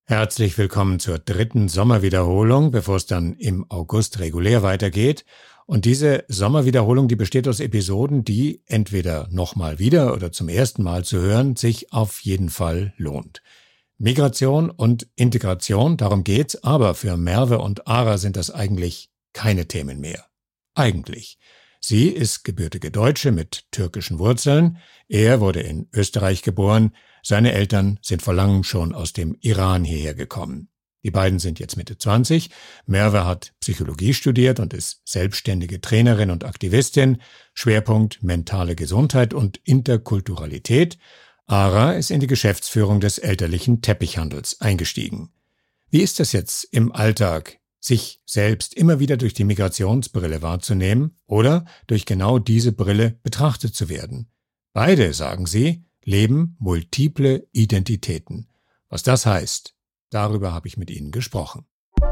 Herzlich willkommen zur 3. Sommerwiederholung, bevor es dann im August regulär weitergeht. Und diese Sommerwiederholung, die besteht aus Episoden, die entweder nochmal wieder oder zum ersten Mal zu hören, sich auf jeden Fall lohnt. Migration und Integration, darum geht's, aber für Merve und Ara sind das eigentlich keine Themen mehr. Eigentlich. Sie ist gebürtige Deutsche mit türkischen Wurzeln, er wurde in Österreich geboren, seine Eltern sind vor langem schon aus dem Iran hierher gekommen. Die beiden sind jetzt Mitte 20. Merve hat Psychologie studiert und ist selbstständige Trainerin und Aktivistin. Schwerpunkt mentale Gesundheit und Interkulturalität. Ara ist in die Geschäftsführung des elterlichen Teppichhandels eingestiegen. Wie ist das jetzt im Alltag, sich selbst immer wieder durch die Migrationsbrille wahrzunehmen oder durch genau diese Brille betrachtet zu werden? Beide, sagen sie, leben multiple Identitäten. Was das heißt, darüber habe ich mit ihnen gesprochen.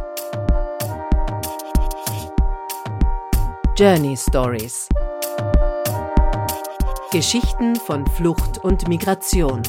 Journey Stories. Geschichten von Flucht und Migration.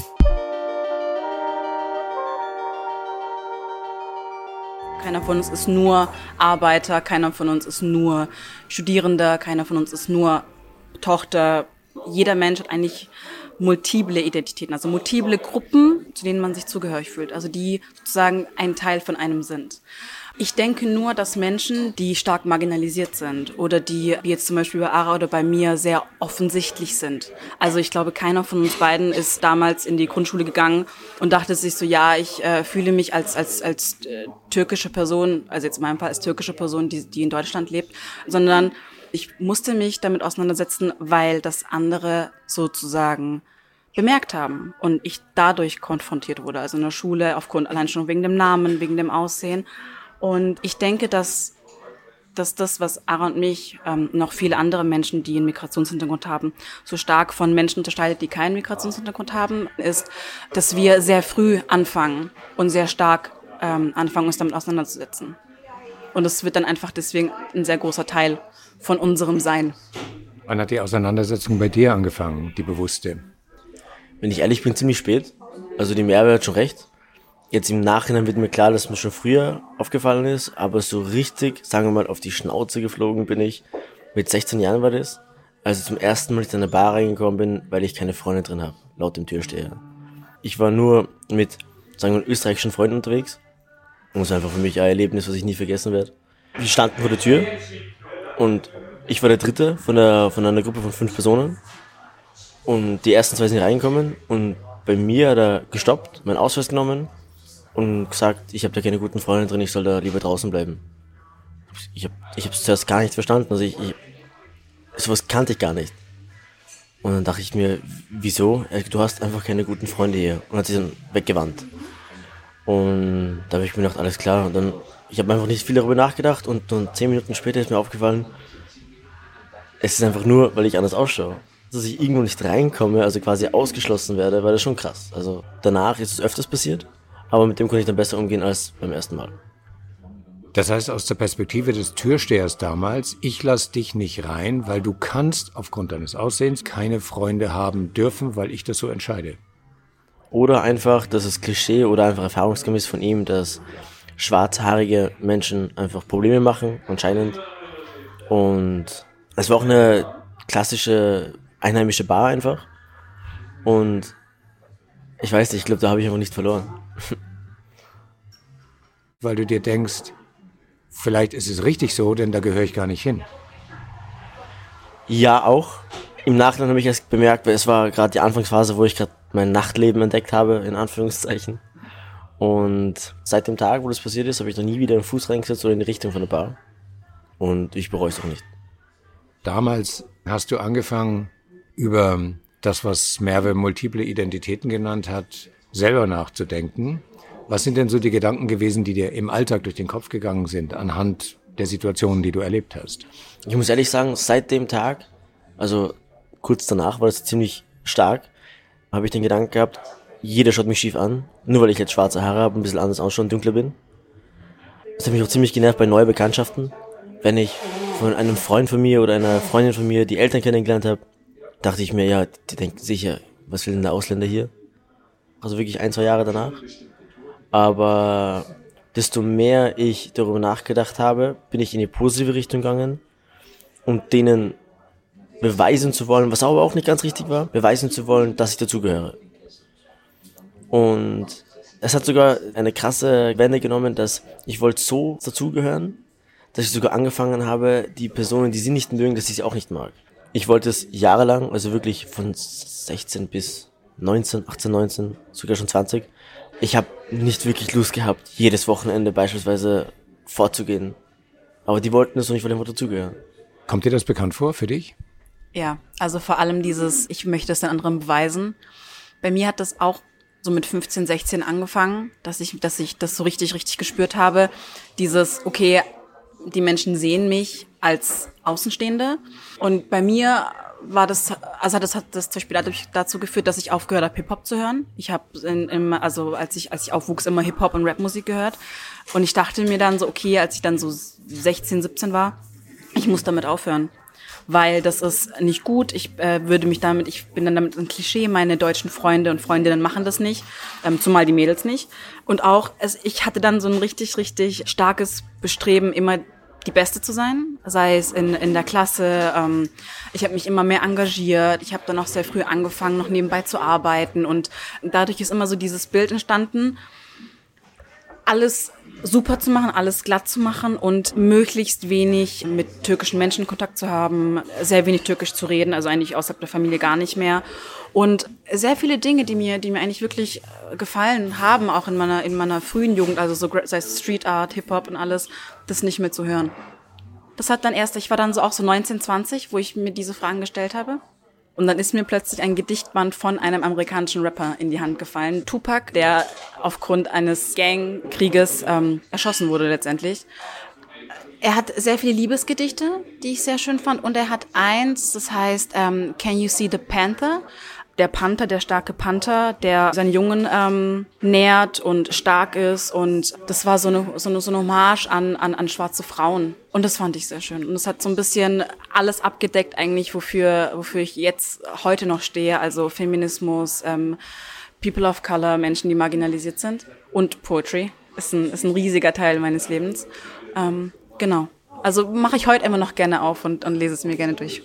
Keiner von uns ist nur Arbeiter, keiner von uns ist nur Studierender, keiner von uns ist nur Tochter. Jeder Mensch hat eigentlich multiple Identitäten, also multiple Gruppen, zu denen man sich zugehörig fühlt, also die sozusagen ein Teil von einem sind. Ich denke nur, dass Menschen, die stark marginalisiert sind oder die, wie jetzt zum Beispiel bei Ara oder bei mir, sehr offensichtlich sind. Also ich glaube, keiner von uns beiden ist damals in die Grundschule gegangen und dachte sich so, ja, ich fühle mich als türkische Person, also jetzt in meinem Fall als türkische Person, die in Deutschland lebt, sondern ich musste mich damit auseinandersetzen, weil das andere sozusagen bemerkt haben und ich dadurch konfrontiert wurde, also in der Schule, allein schon wegen dem Namen, wegen dem Aussehen. Und ich denke, dass das, was Ara und mich, noch viele andere Menschen, die einen Migrationshintergrund haben, so stark von Menschen unterscheidet, die keinen Migrationshintergrund haben, ist, dass wir sehr früh anfangen und sehr stark anfangen, uns damit auseinanderzusetzen. Und es wird dann einfach deswegen ein sehr großer Teil von unserem Sein. Wann hat die Auseinandersetzung bei dir angefangen, die bewusste? Wenn ich ehrlich bin, ziemlich spät. Also die Merve hat schon recht. Jetzt im Nachhinein wird mir klar, dass mir schon früher aufgefallen ist, aber so richtig, sagen wir mal, auf die Schnauze geflogen bin ich. Mit 16 Jahren war das. Also zum ersten Mal in eine Bar reingekommen bin, weil ich keine Freunde drin habe, laut dem Türsteher. Ich war nur mit, sagen wir mal, österreichischen Freunden unterwegs. Und das ist einfach für mich ein Erlebnis, was ich nie vergessen werde. Wir standen vor der Tür und ich war der Dritte von einer Gruppe von 5 Personen. Und die ersten 2 sind reingekommen und bei mir hat er gestoppt, meinen Ausweis genommen und gesagt, ich habe da keine guten Freunde drin, ich soll da lieber draußen bleiben. Ich hab es zuerst gar nicht verstanden, also sowas kannte ich gar nicht. Und dann dachte ich mir, wieso? Du hast einfach keine guten Freunde hier. Und hat sich dann weggewandt. Und da habe ich mir gedacht, alles klar. Und dann, ich habe einfach nicht viel darüber nachgedacht und dann 10 Minuten später ist mir aufgefallen, es ist einfach nur, weil ich anders ausschaue. Dass ich irgendwo nicht reinkomme, also quasi ausgeschlossen werde, war das schon krass. Also danach ist es öfters passiert, aber mit dem konnte ich dann besser umgehen als beim ersten Mal. Das heißt, aus der Perspektive des Türstehers damals, ich lass dich nicht rein, weil du kannst aufgrund deines Aussehens keine Freunde haben dürfen, weil ich das so entscheide. Oder einfach, das ist Klischee oder einfach erfahrungsgemäß von ihm, dass schwarzhaarige Menschen einfach Probleme machen, anscheinend. Und es war auch eine klassische einheimische Bar einfach. Und ich weiß nicht, ich glaube, da habe ich einfach nicht verloren. Weil du dir denkst, vielleicht ist es richtig so, denn da gehöre ich gar nicht hin. Ja, auch. Im Nachhinein habe ich erst bemerkt, weil es war gerade die Anfangsphase, wo ich gerade mein Nachtleben entdeckt habe, in Anführungszeichen. Und seit dem Tag, wo das passiert ist, habe ich noch nie wieder einen Fuß reingesetzt oder in die Richtung von der Bar. Und ich bereue es auch nicht. Damals hast du angefangen, über das, was Merve multiple Identitäten genannt hat, selber nachzudenken. Was sind denn so die Gedanken gewesen, die dir im Alltag durch den Kopf gegangen sind, anhand der Situationen, die du erlebt hast? Ich muss ehrlich sagen, seit dem Tag, also kurz danach war das ziemlich stark, habe ich den Gedanken gehabt, jeder schaut mich schief an, nur weil ich jetzt schwarze Haare habe, ein bisschen anders ausschaue und dunkler bin. Das hat mich auch ziemlich genervt bei neuen Bekanntschaften. Wenn ich von einem Freund von mir oder einer Freundin von mir die Eltern kennengelernt habe, dachte ich mir, ja, die denken sicher, was will denn der Ausländer hier? Also wirklich 1-2 Jahre danach. Aber desto mehr ich darüber nachgedacht habe, bin ich in die positive Richtung gegangen und denen beweisen zu wollen, was aber auch nicht ganz richtig war, beweisen zu wollen, dass ich dazugehöre. Und es hat sogar eine krasse Wende genommen, dass ich wollte so dazugehören, dass ich sogar angefangen habe, die Personen, die sie nicht mögen, dass ich sie auch nicht mag. Ich wollte es jahrelang, also wirklich von 16 bis 19, 18, 19, sogar schon 20. Ich habe nicht wirklich Lust gehabt, jedes Wochenende beispielsweise vorzugehen. Aber die wollten es und ich wollte einfach dazugehören. Kommt dir das bekannt vor für dich? Ja, also vor allem dieses, ich möchte es den anderen beweisen. Bei mir hat das auch so mit 15, 16 angefangen, dass ich das so richtig gespürt habe. Dieses, okay, die Menschen sehen mich als Außenstehende. Und bei mir war das, also hat das zum Beispiel dazu geführt, dass ich aufgehört habe, Hip-Hop zu hören. Ich habe als ich aufwuchs, immer Hip-Hop und Rap-Musik gehört. Und ich dachte mir dann so, okay, als ich dann so 16, 17 war, ich muss damit aufhören. Weil das ist nicht gut. Ich bin dann damit ein Klischee. Meine deutschen Freunde und Freundinnen machen das nicht, zumal die Mädels nicht. Und auch, ich hatte dann so ein richtig starkes Bestreben, immer die Beste zu sein, sei es in der Klasse. Ich habe mich immer mehr engagiert. Ich habe dann auch sehr früh angefangen, noch nebenbei zu arbeiten. Und dadurch ist immer so dieses Bild entstanden, alles super zu machen, alles glatt zu machen und möglichst wenig mit türkischen Menschen Kontakt zu haben, sehr wenig Türkisch zu reden, also eigentlich außerhalb der Familie gar nicht mehr. Und sehr viele Dinge, die mir eigentlich wirklich gefallen haben, auch in meiner frühen Jugend, also so sei es Street Art, Hip-Hop und alles, das nicht mehr zu hören. Das hat dann ich war dann so auch so 19, 20, wo ich mir diese Fragen gestellt habe. Und dann ist mir plötzlich ein Gedichtband von einem amerikanischen Rapper in die Hand gefallen. Tupac, der aufgrund eines Gangkrieges erschossen wurde letztendlich. Er hat sehr viele Liebesgedichte, die ich sehr schön fand. Und er hat eins, das heißt Can You See the Panther? Der Panther, der starke Panther, der seinen Jungen nährt und stark ist. Und das war so eine Hommage an schwarze Frauen. Und das fand ich sehr schön. Und es hat so ein bisschen alles abgedeckt eigentlich, wofür ich jetzt heute noch stehe. Also Feminismus, People of Color, Menschen, die marginalisiert sind. Und Poetry ist ein riesiger Teil meines Lebens. Genau. Also mache ich heute immer noch gerne auf und lese es mir gerne durch.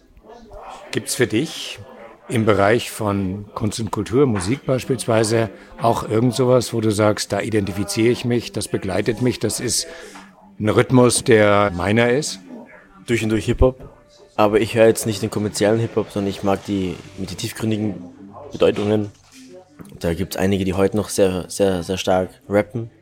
Gibt's für dich im Bereich von Kunst und Kultur, Musik beispielsweise, auch irgend sowas, wo du sagst, da identifiziere ich mich, das begleitet mich, das ist ein Rhythmus, der meiner ist? Durch und durch Hip-Hop. Aber ich höre jetzt nicht den kommerziellen Hip-Hop, sondern ich mag die mit den tiefgründigen Bedeutungen. Da gibt es einige, die heute noch sehr, sehr, sehr stark rappen.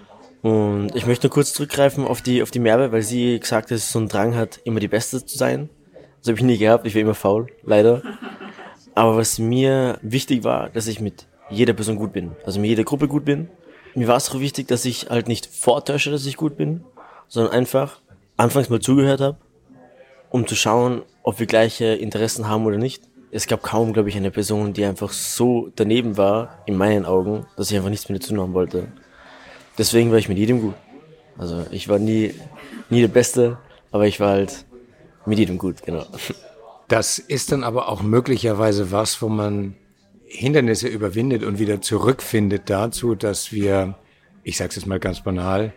Und ich möchte nur kurz zurückgreifen auf die Merve, weil sie gesagt hat, dass sie so einen Drang hat, immer die Beste zu sein. Das habe ich nie gehabt, ich war immer faul, leider. Aber was mir wichtig war, dass ich mit jeder Person gut bin, also mit jeder Gruppe gut bin. Mir war es auch wichtig, dass ich halt nicht vortäusche, dass ich gut bin, sondern einfach anfangs mal zugehört habe, um zu schauen, ob wir gleiche Interessen haben oder nicht. Es gab kaum, glaube ich, eine Person, die einfach so daneben war, in meinen Augen, dass ich einfach nichts mit ihr zu tun haben wollte. Deswegen war ich mit jedem gut. Also ich war nie der Beste, aber ich war halt mit jedem gut, genau. Das ist dann aber auch möglicherweise was, wo man Hindernisse überwindet und wieder zurückfindet dazu, dass wir, ich sag's jetzt mal ganz banal,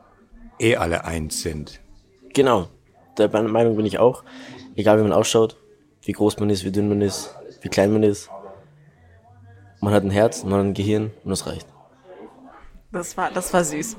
alle eins sind. Genau, der Meinung bin ich auch. Egal wie man ausschaut, wie groß man ist, wie dünn man ist, wie klein man ist. Man hat ein Herz, man hat ein Gehirn und das reicht. Das war süß.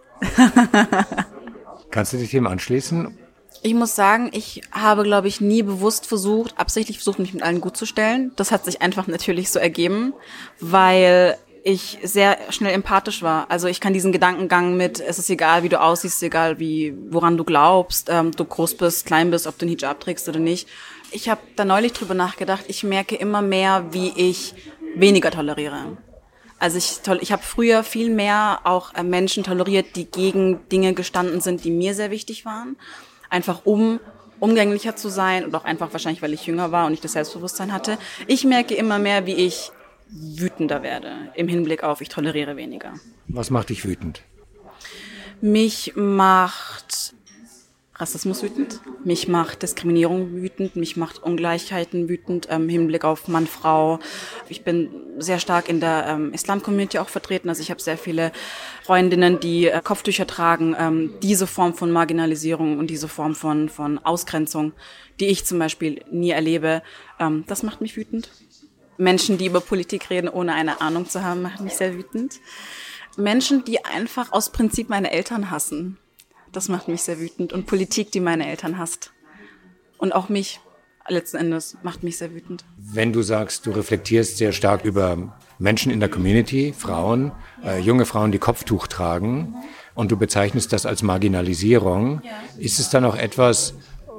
Kannst du dich dem anschließen? Ich muss sagen, ich habe, glaube ich, nie absichtlich versucht, mich mit allen gut zu stellen. Das hat sich einfach natürlich so ergeben, weil ich sehr schnell empathisch war. Also ich kann diesen Gedankengang mit, es ist egal, wie du aussiehst, egal woran du glaubst, du groß bist, klein bist, ob du einen Hijab trägst oder nicht. Ich habe da neulich drüber nachgedacht, ich merke immer mehr, wie ich weniger toleriere. Also ich habe früher viel mehr auch Menschen toleriert, die gegen Dinge gestanden sind, die mir sehr wichtig waren. Einfach um umgänglicher zu sein und auch einfach wahrscheinlich, weil ich jünger war und ich das Selbstbewusstsein hatte. Ich merke immer mehr, wie ich wütender werde im Hinblick auf, ich toleriere weniger. Was macht dich wütend? Mich macht Rassismus wütend, mich macht Diskriminierung wütend, mich macht Ungleichheiten wütend im Hinblick auf Mann, Frau. Ich bin sehr stark in der Islam-Community auch vertreten. Also ich habe sehr viele Freundinnen, die Kopftücher tragen. Diese Form von Marginalisierung und diese Form von Ausgrenzung, die ich zum Beispiel nie erlebe, das macht mich wütend. Menschen, die über Politik reden, ohne eine Ahnung zu haben, machen mich sehr wütend. Menschen, die einfach aus Prinzip meine Eltern hassen. Das macht mich sehr wütend. Und Politik, die meine Eltern hasst. Und auch mich, letzten Endes, macht mich sehr wütend. Wenn du sagst, du reflektierst sehr stark über Menschen in der Community, Frauen, junge Frauen, die Kopftuch tragen, und du bezeichnest das als Marginalisierung, ist es dann auch etwas,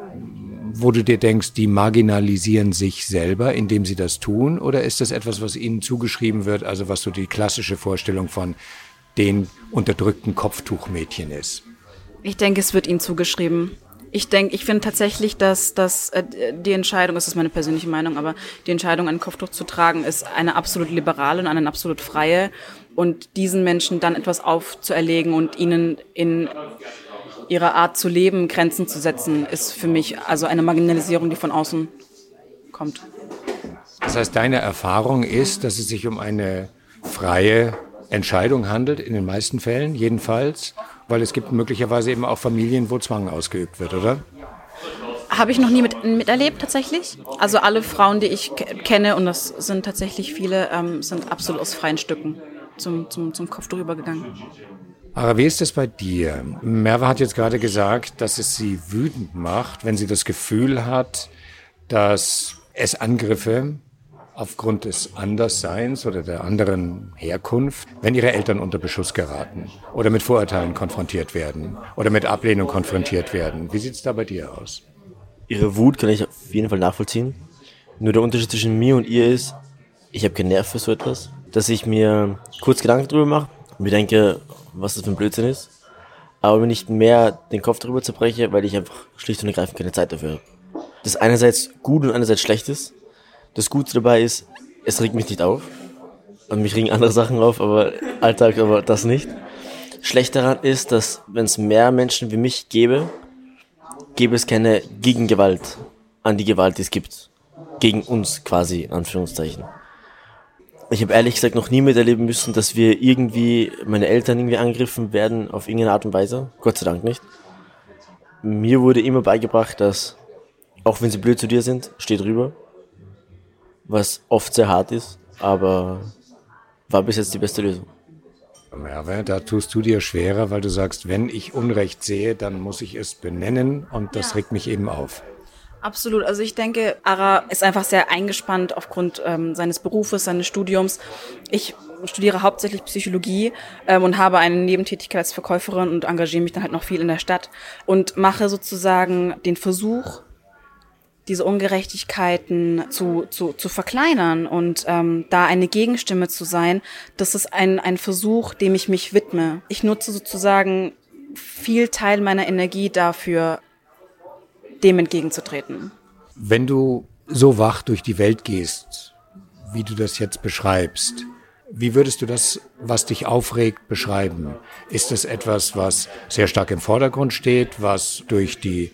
wo du dir denkst, die marginalisieren sich selber, indem sie das tun? Oder ist das etwas, was ihnen zugeschrieben wird, also was so die klassische Vorstellung von den unterdrückten Kopftuchmädchen ist? Ich denke, es wird ihnen zugeschrieben. Ich finde tatsächlich, dass die Entscheidung, das ist meine persönliche Meinung, aber die Entscheidung, ein Kopftuch zu tragen, ist eine absolut liberale und eine absolut freie. Und diesen Menschen dann etwas aufzuerlegen und ihnen in ihrer Art zu leben Grenzen zu setzen, ist für mich also eine Marginalisierung, die von außen kommt. Das heißt, deine Erfahrung ist, dass es sich um eine freie Entscheidung handelt, in den meisten Fällen jedenfalls, weil es gibt möglicherweise eben auch Familien, wo Zwang ausgeübt wird, oder? Habe ich noch nie miterlebt tatsächlich. Also alle Frauen, die ich kenne, und das sind tatsächlich viele, sind absolut aus freien Stücken zum Kopftuch übergegangen. Aber wie ist es bei dir? Merve hat jetzt gerade gesagt, dass es sie wütend macht, wenn sie das Gefühl hat, dass es Angriffe aufgrund des Andersseins oder der anderen Herkunft, wenn ihre Eltern unter Beschuss geraten oder mit Vorurteilen konfrontiert werden oder mit Ablehnung konfrontiert werden. Wie sieht es da bei dir aus? Ihre Wut kann ich auf jeden Fall nachvollziehen. Nur der Unterschied zwischen mir und ihr ist, ich habe keinen Nerv für so etwas, dass ich mir kurz Gedanken drüber mache und mir denke, was das für ein Blödsinn ist, aber mir nicht mehr den Kopf darüber zerbreche, weil ich einfach schlicht und ergreifend keine Zeit dafür habe. Das einerseits gut und einerseits schlecht ist. Das Gute dabei ist, es regt mich nicht auf. Und mich regen andere Sachen auf, aber Alltag, aber das nicht. Schlecht daran ist, dass wenn es mehr Menschen wie mich gäbe es keine Gegengewalt an die Gewalt, die es gibt. Gegen uns quasi, in Anführungszeichen. Ich habe ehrlich gesagt noch nie miterleben müssen, dass meine Eltern irgendwie angegriffen werden auf irgendeine Art und Weise. Gott sei Dank nicht. Mir wurde immer beigebracht, dass, auch wenn sie blöd zu dir sind, steh drüber. Was oft sehr hart ist, aber war bis jetzt die beste Lösung. Merve, da tust du dir schwerer, weil du sagst, wenn ich Unrecht sehe, dann muss ich es benennen und das regt mich eben auf. Absolut. Also ich denke, Ara ist einfach sehr eingespannt aufgrund seines Berufes, seines Studiums. Ich studiere hauptsächlich Psychologie und habe eine Nebentätigkeit als Verkäuferin und engagiere mich dann halt noch viel in der Stadt und mache sozusagen den Versuch, diese Ungerechtigkeiten zu verkleinern und da eine Gegenstimme zu sein. Das ist ein Versuch, dem ich mich widme. Ich nutze sozusagen viel Teil meiner Energie dafür, dem entgegenzutreten. Wenn du so wach durch die Welt gehst, wie du das jetzt beschreibst, wie würdest du das, was dich aufregt, beschreiben? Ist es etwas, was sehr stark im Vordergrund steht, was durch die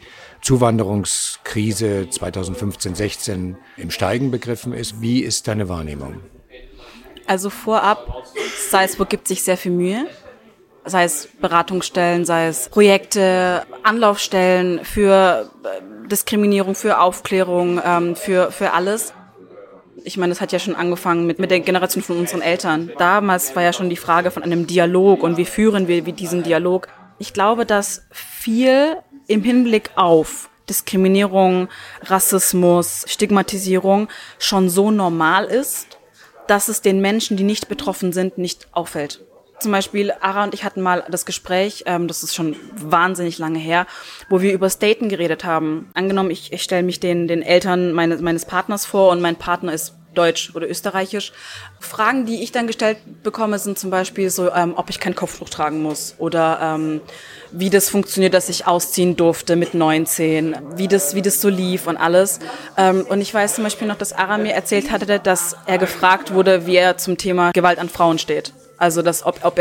Zuwanderungskrise 2015-16 im Steigen begriffen ist? Wie ist deine Wahrnehmung? Also vorab, Salzburg gibt sich sehr viel Mühe. Sei es Beratungsstellen, sei es Projekte, Anlaufstellen für Diskriminierung, für Aufklärung, für alles. Ich meine, das hat ja schon angefangen mit der Generation von unseren Eltern. Damals war ja schon die Frage von einem Dialog und wie führen wir diesen Dialog. Ich glaube, dass viel im Hinblick auf Diskriminierung, Rassismus, Stigmatisierung schon so normal ist, dass es den Menschen, die nicht betroffen sind, nicht auffällt. Zum Beispiel, Ara und ich hatten mal das Gespräch, das ist schon wahnsinnig lange her, wo wir über das Daten geredet haben. Angenommen, ich stelle mich den Eltern meines Partners vor und mein Partner ist deutsch oder österreichisch. Fragen, die ich dann gestellt bekomme, sind zum Beispiel so, ob ich kein Kopftuch tragen muss oder wie das funktioniert, dass ich ausziehen durfte mit 19, wie das so lief und alles. Und ich weiß zum Beispiel noch, dass Ara mir erzählt hatte, dass er gefragt wurde, wie er zum Thema Gewalt an Frauen steht. Also ob er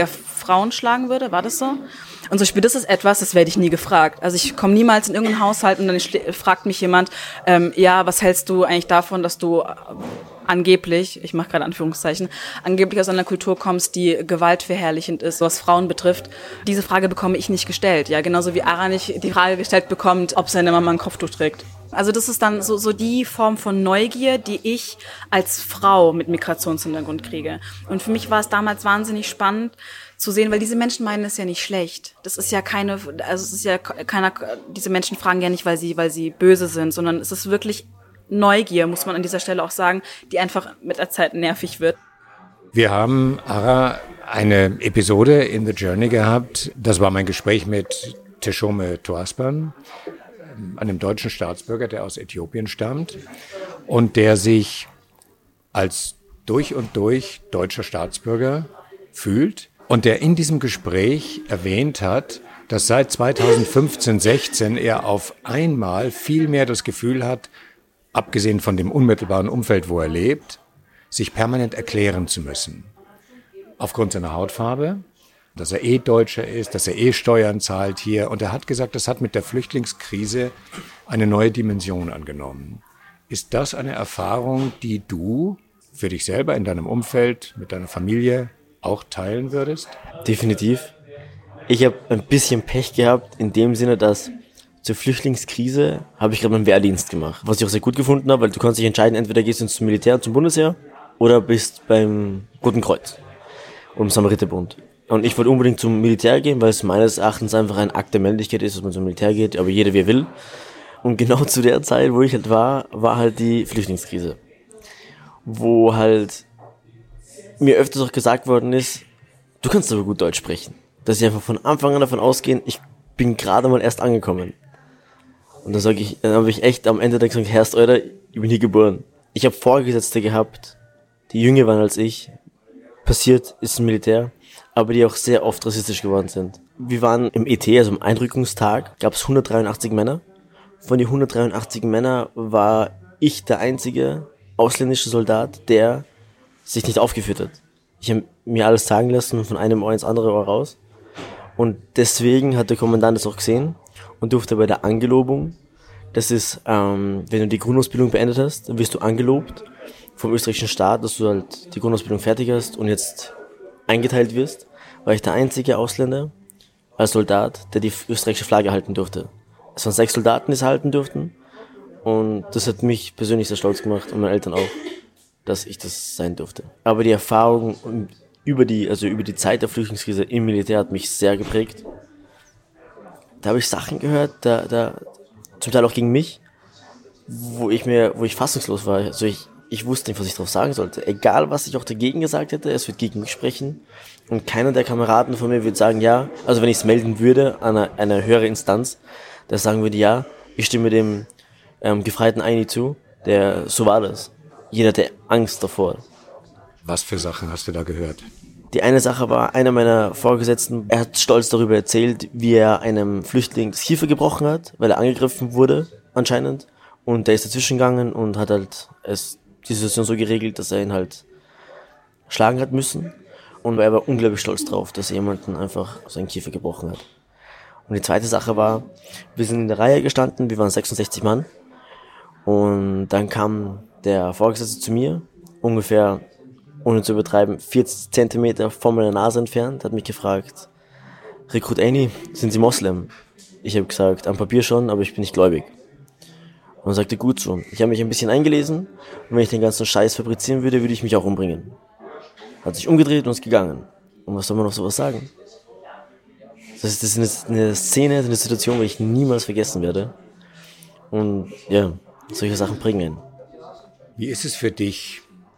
Frauen schlagen würde, war das so? Und zum Beispiel, das ist etwas, das werde ich nie gefragt. Also ich komme niemals in irgendeinen Haushalt und dann fragt mich jemand, ja, was hältst du eigentlich davon, dass du angeblich, ich mache gerade Anführungszeichen, angeblich aus einer Kultur kommst, die gewaltverherrlichend ist, was Frauen betrifft. Diese Frage bekomme ich nicht gestellt, ja, genauso wie Ara nicht die Frage gestellt bekommt, ob seine Mama ein Kopftuch trägt. Also das ist dann so die Form von Neugier, die ich als Frau mit Migrationshintergrund kriege. Und für mich war es damals wahnsinnig spannend zu sehen, weil diese Menschen meinen es ja nicht schlecht. Das ist ja keine, also es ist ja keiner, diese Menschen fragen ja nicht, weil sie böse sind, sondern es ist wirklich Neugier, muss man an dieser Stelle auch sagen, die einfach mit der Zeit nervig wird. Wir haben, Ara, eine Episode in The Journey gehabt. Das war mein Gespräch mit Teshome Toaspan, einem deutschen Staatsbürger, der aus Äthiopien stammt und der sich als durch und durch deutscher Staatsbürger fühlt und der in diesem Gespräch erwähnt hat, dass seit 2015, 16 er auf einmal viel mehr das Gefühl hat, abgesehen von dem unmittelbaren Umfeld, wo er lebt, sich permanent erklären zu müssen. Aufgrund seiner Hautfarbe, dass er Deutscher ist, dass er Steuern zahlt hier. Und er hat gesagt, das hat mit der Flüchtlingskrise eine neue Dimension angenommen. Ist das eine Erfahrung, die du für dich selber in deinem Umfeld, mit deiner Familie auch teilen würdest? Definitiv. Ich habe ein bisschen Pech gehabt, in dem Sinne, dass zur Flüchtlingskrise habe ich gerade meinen Wehrdienst gemacht. Was ich auch sehr gut gefunden habe, weil du kannst dich entscheiden, entweder gehst du zum Militär, zum Bundesheer oder bist beim Roten Kreuz oder im Samariterbund. Und ich wollte unbedingt zum Militär gehen, weil es meines Erachtens einfach ein Akt der Männlichkeit ist, dass man zum Militär geht, aber jeder wie er will. Und genau zu der Zeit, wo ich halt war halt die Flüchtlingskrise. Wo halt mir öfters auch gesagt worden ist, du kannst aber gut Deutsch sprechen. Dass ich einfach von Anfang an davon ausgehen, ich bin gerade mal erst angekommen. Und dann habe ich echt am Ende gesagt, Herrst, Alter, ich bin hier geboren. Ich habe Vorgesetzte gehabt, die jünger waren als ich. Passiert ist im Militär, aber die auch sehr oft rassistisch geworden sind. Wir waren im ET, also im Einrückungstag, gab es 183 Männer. Von den 183 Männern war ich der einzige ausländische Soldat, der sich nicht aufgeführt hat. Ich habe mir alles sagen lassen und von einem Ohr ins andere Ohr raus. Und deswegen hat der Kommandant das auch gesehen und durfte bei der Angelobung, das ist, wenn du die Grundausbildung beendet hast, dann wirst du angelobt vom österreichischen Staat, dass du halt die Grundausbildung fertig hast und jetzt eingeteilt wirst, war ich der einzige Ausländer als Soldat, der die österreichische Flagge halten durfte. Es waren 6 Soldaten, die es halten durften und das hat mich persönlich sehr stolz gemacht und meine Eltern auch, dass ich das sein durfte. Aber die Erfahrung über die Zeit der Flüchtlingskrise im Militär hat mich sehr geprägt. Da habe ich Sachen gehört, da zum Teil auch gegen mich, wo ich fassungslos war. Also ich wusste nicht, was ich darauf sagen sollte. Egal, was ich auch dagegen gesagt hätte, es wird gegen mich sprechen. Und keiner der Kameraden von mir würde sagen, ja, also wenn ich es melden würde an eine höhere Instanz, der sagen würde, ja, ich stimme dem gefreiten Eini zu, so war das. Jeder hatte Angst davor. Was für Sachen hast du da gehört? Die eine Sache war, einer meiner Vorgesetzten, er hat stolz darüber erzählt, wie er einem Flüchtling das Kiefer gebrochen hat, weil er angegriffen wurde, anscheinend. Und der ist dazwischen gegangen und hat halt die Situation so geregelt, dass er ihn halt schlagen hat müssen. Und er war unglaublich stolz drauf, dass er jemanden einfach seinen Kiefer gebrochen hat. Und die zweite Sache war, wir sind in der Reihe gestanden, wir waren 66 Mann. Und dann kam der Vorgesetzte zu mir, ungefähr, ohne zu übertreiben, 40 Zentimeter von meiner Nase entfernt, hat mich gefragt, Rekrut Eini, sind Sie Moslem? Ich habe gesagt, am Papier schon, aber ich bin nicht gläubig. Und er sagte, gut so. Ich habe mich ein bisschen eingelesen und wenn ich den ganzen Scheiß fabrizieren würde, würde ich mich auch umbringen. Hat sich umgedreht und ist gegangen. Und was soll man noch sowas sagen? Das ist eine Szene, eine Situation, die ich niemals vergessen werde. Und ja, solche Sachen bringen. Wie ist es für dich,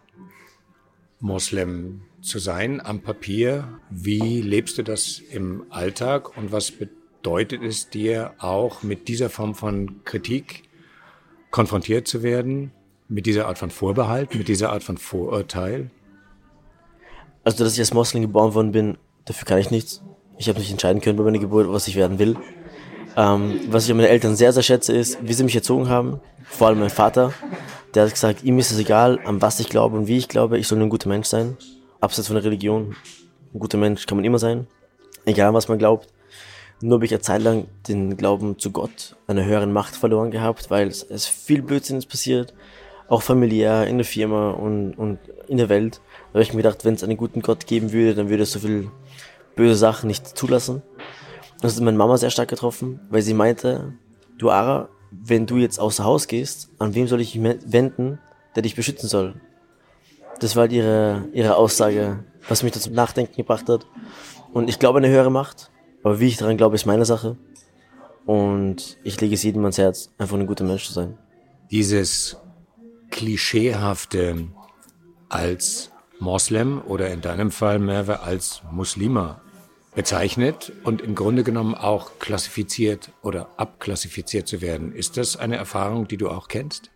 Moslem zu sein am Papier? Wie lebst du das im Alltag und was bedeutet es dir auch, mit dieser Form von Kritik konfrontiert zu werden, mit dieser Art von Vorbehalt, mit dieser Art von Vorurteil? Also, dass ich als Moslem geboren worden bin, dafür kann ich nichts. Ich habe nicht entscheiden können bei meiner Geburt, was ich werden will. Was ich an meinen Eltern sehr, sehr schätze, ist, wie sie mich erzogen haben. Vor allem mein Vater, der hat gesagt, ihm ist es egal, an was ich glaube und wie ich glaube, ich soll nur ein guter Mensch sein. Abseits von der Religion, ein guter Mensch kann man immer sein. egal was man glaubt. Nur habe ich eine Zeit lang den Glauben zu Gott, einer höheren Macht verloren gehabt, weil es viel Blödsinns passiert, auch familiär, in der Firma und in der Welt. Da habe ich mir gedacht, wenn es einen guten Gott geben würde, dann würde es so viel böse Sachen nicht zulassen. Das hat meine Mama sehr stark getroffen, weil sie meinte, du Ara, wenn du jetzt außer Haus gehst, an wem soll ich mich wenden, der dich beschützen soll? Das war halt ihre Aussage, was mich dazu Nachdenken gebracht hat. Und ich glaube an eine höhere Macht, aber wie ich daran glaube, ist meine Sache. Und ich lege es jedem ans Herz, einfach ein guter Mensch zu sein. Dieses klischeehafte als Moslem oder in deinem Fall, Merve, als Muslima bezeichnet und im Grunde genommen auch klassifiziert oder abklassifiziert zu werden. Ist das eine Erfahrung, die du auch kennst?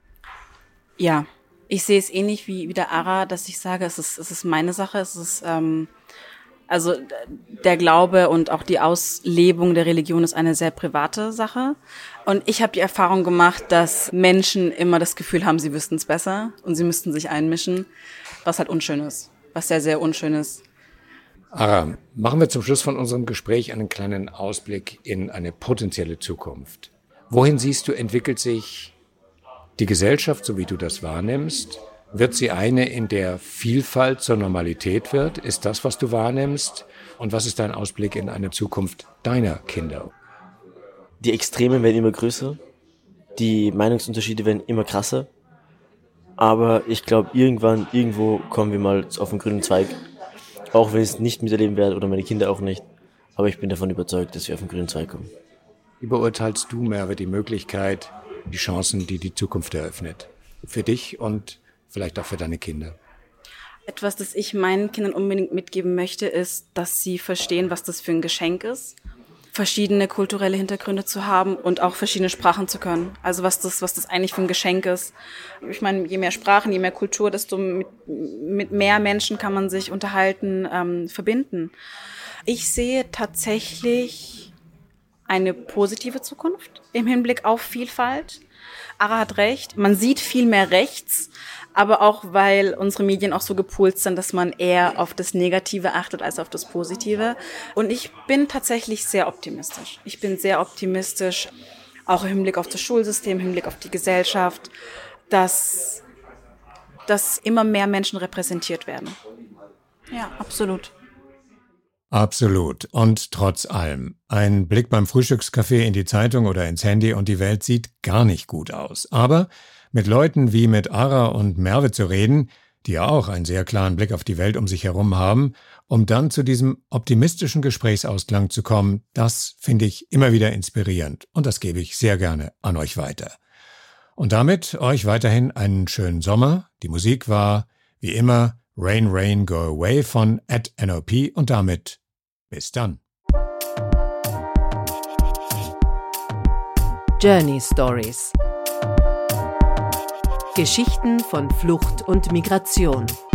Ja, ich sehe es ähnlich wie der Ara, dass ich sage, es ist meine Sache, es ist also der Glaube und auch die Auslebung der Religion ist eine sehr private Sache. Und ich habe die Erfahrung gemacht, dass Menschen immer das Gefühl haben, sie wüssten es besser und sie müssten sich einmischen, was halt unschön ist, was sehr, sehr unschön ist. Ara, machen wir zum Schluss von unserem Gespräch einen kleinen Ausblick in eine potenzielle Zukunft. Wohin siehst du, entwickelt sich die Gesellschaft, so wie du das wahrnimmst? Wird sie eine, in der Vielfalt zur Normalität wird? Ist das, was du wahrnimmst? Und was ist dein Ausblick in eine Zukunft deiner Kinder? Die Extreme werden immer größer, die Meinungsunterschiede werden immer krasser, aber ich glaube, irgendwo kommen wir mal auf den grünen Zweig, auch wenn ich es nicht miterleben werde oder meine Kinder auch nicht, aber ich bin davon überzeugt, dass wir auf den grünen Zweig kommen. Wie beurteilst du, Merve, die Möglichkeit, die Chancen, die die Zukunft eröffnet? Für dich und vielleicht auch für deine Kinder? Etwas, das ich meinen Kindern unbedingt mitgeben möchte, ist, dass sie verstehen, was das für ein Geschenk ist, verschiedene kulturelle Hintergründe zu haben und auch verschiedene Sprachen zu können. Also was das eigentlich für ein Geschenk ist. Ich meine, je mehr Sprachen, je mehr Kultur, desto mit mehr Menschen kann man sich unterhalten, verbinden. Ich sehe tatsächlich eine positive Zukunft im Hinblick auf Vielfalt. Ara hat recht, man sieht viel mehr rechts, aber auch, weil unsere Medien auch so gepoolt sind, dass man eher auf das Negative achtet als auf das Positive. Und ich bin tatsächlich sehr optimistisch. Ich bin sehr optimistisch, auch im Hinblick auf das Schulsystem, im Hinblick auf die Gesellschaft, dass immer mehr Menschen repräsentiert werden. Ja, absolut. Absolut. Und trotz allem, ein Blick beim Frühstückskaffee in die Zeitung oder ins Handy und die Welt sieht gar nicht gut aus. Aber mit Leuten wie mit Ara und Merve zu reden, die ja auch einen sehr klaren Blick auf die Welt um sich herum haben, um dann zu diesem optimistischen Gesprächsausklang zu kommen, das finde ich immer wieder inspirierend. Und das gebe ich sehr gerne an euch weiter. Und damit euch weiterhin einen schönen Sommer. Die Musik war, wie immer, Rain, Rain, Go Away von @NOP und damit bis dann. Journey Stories. Geschichten von Flucht und Migration.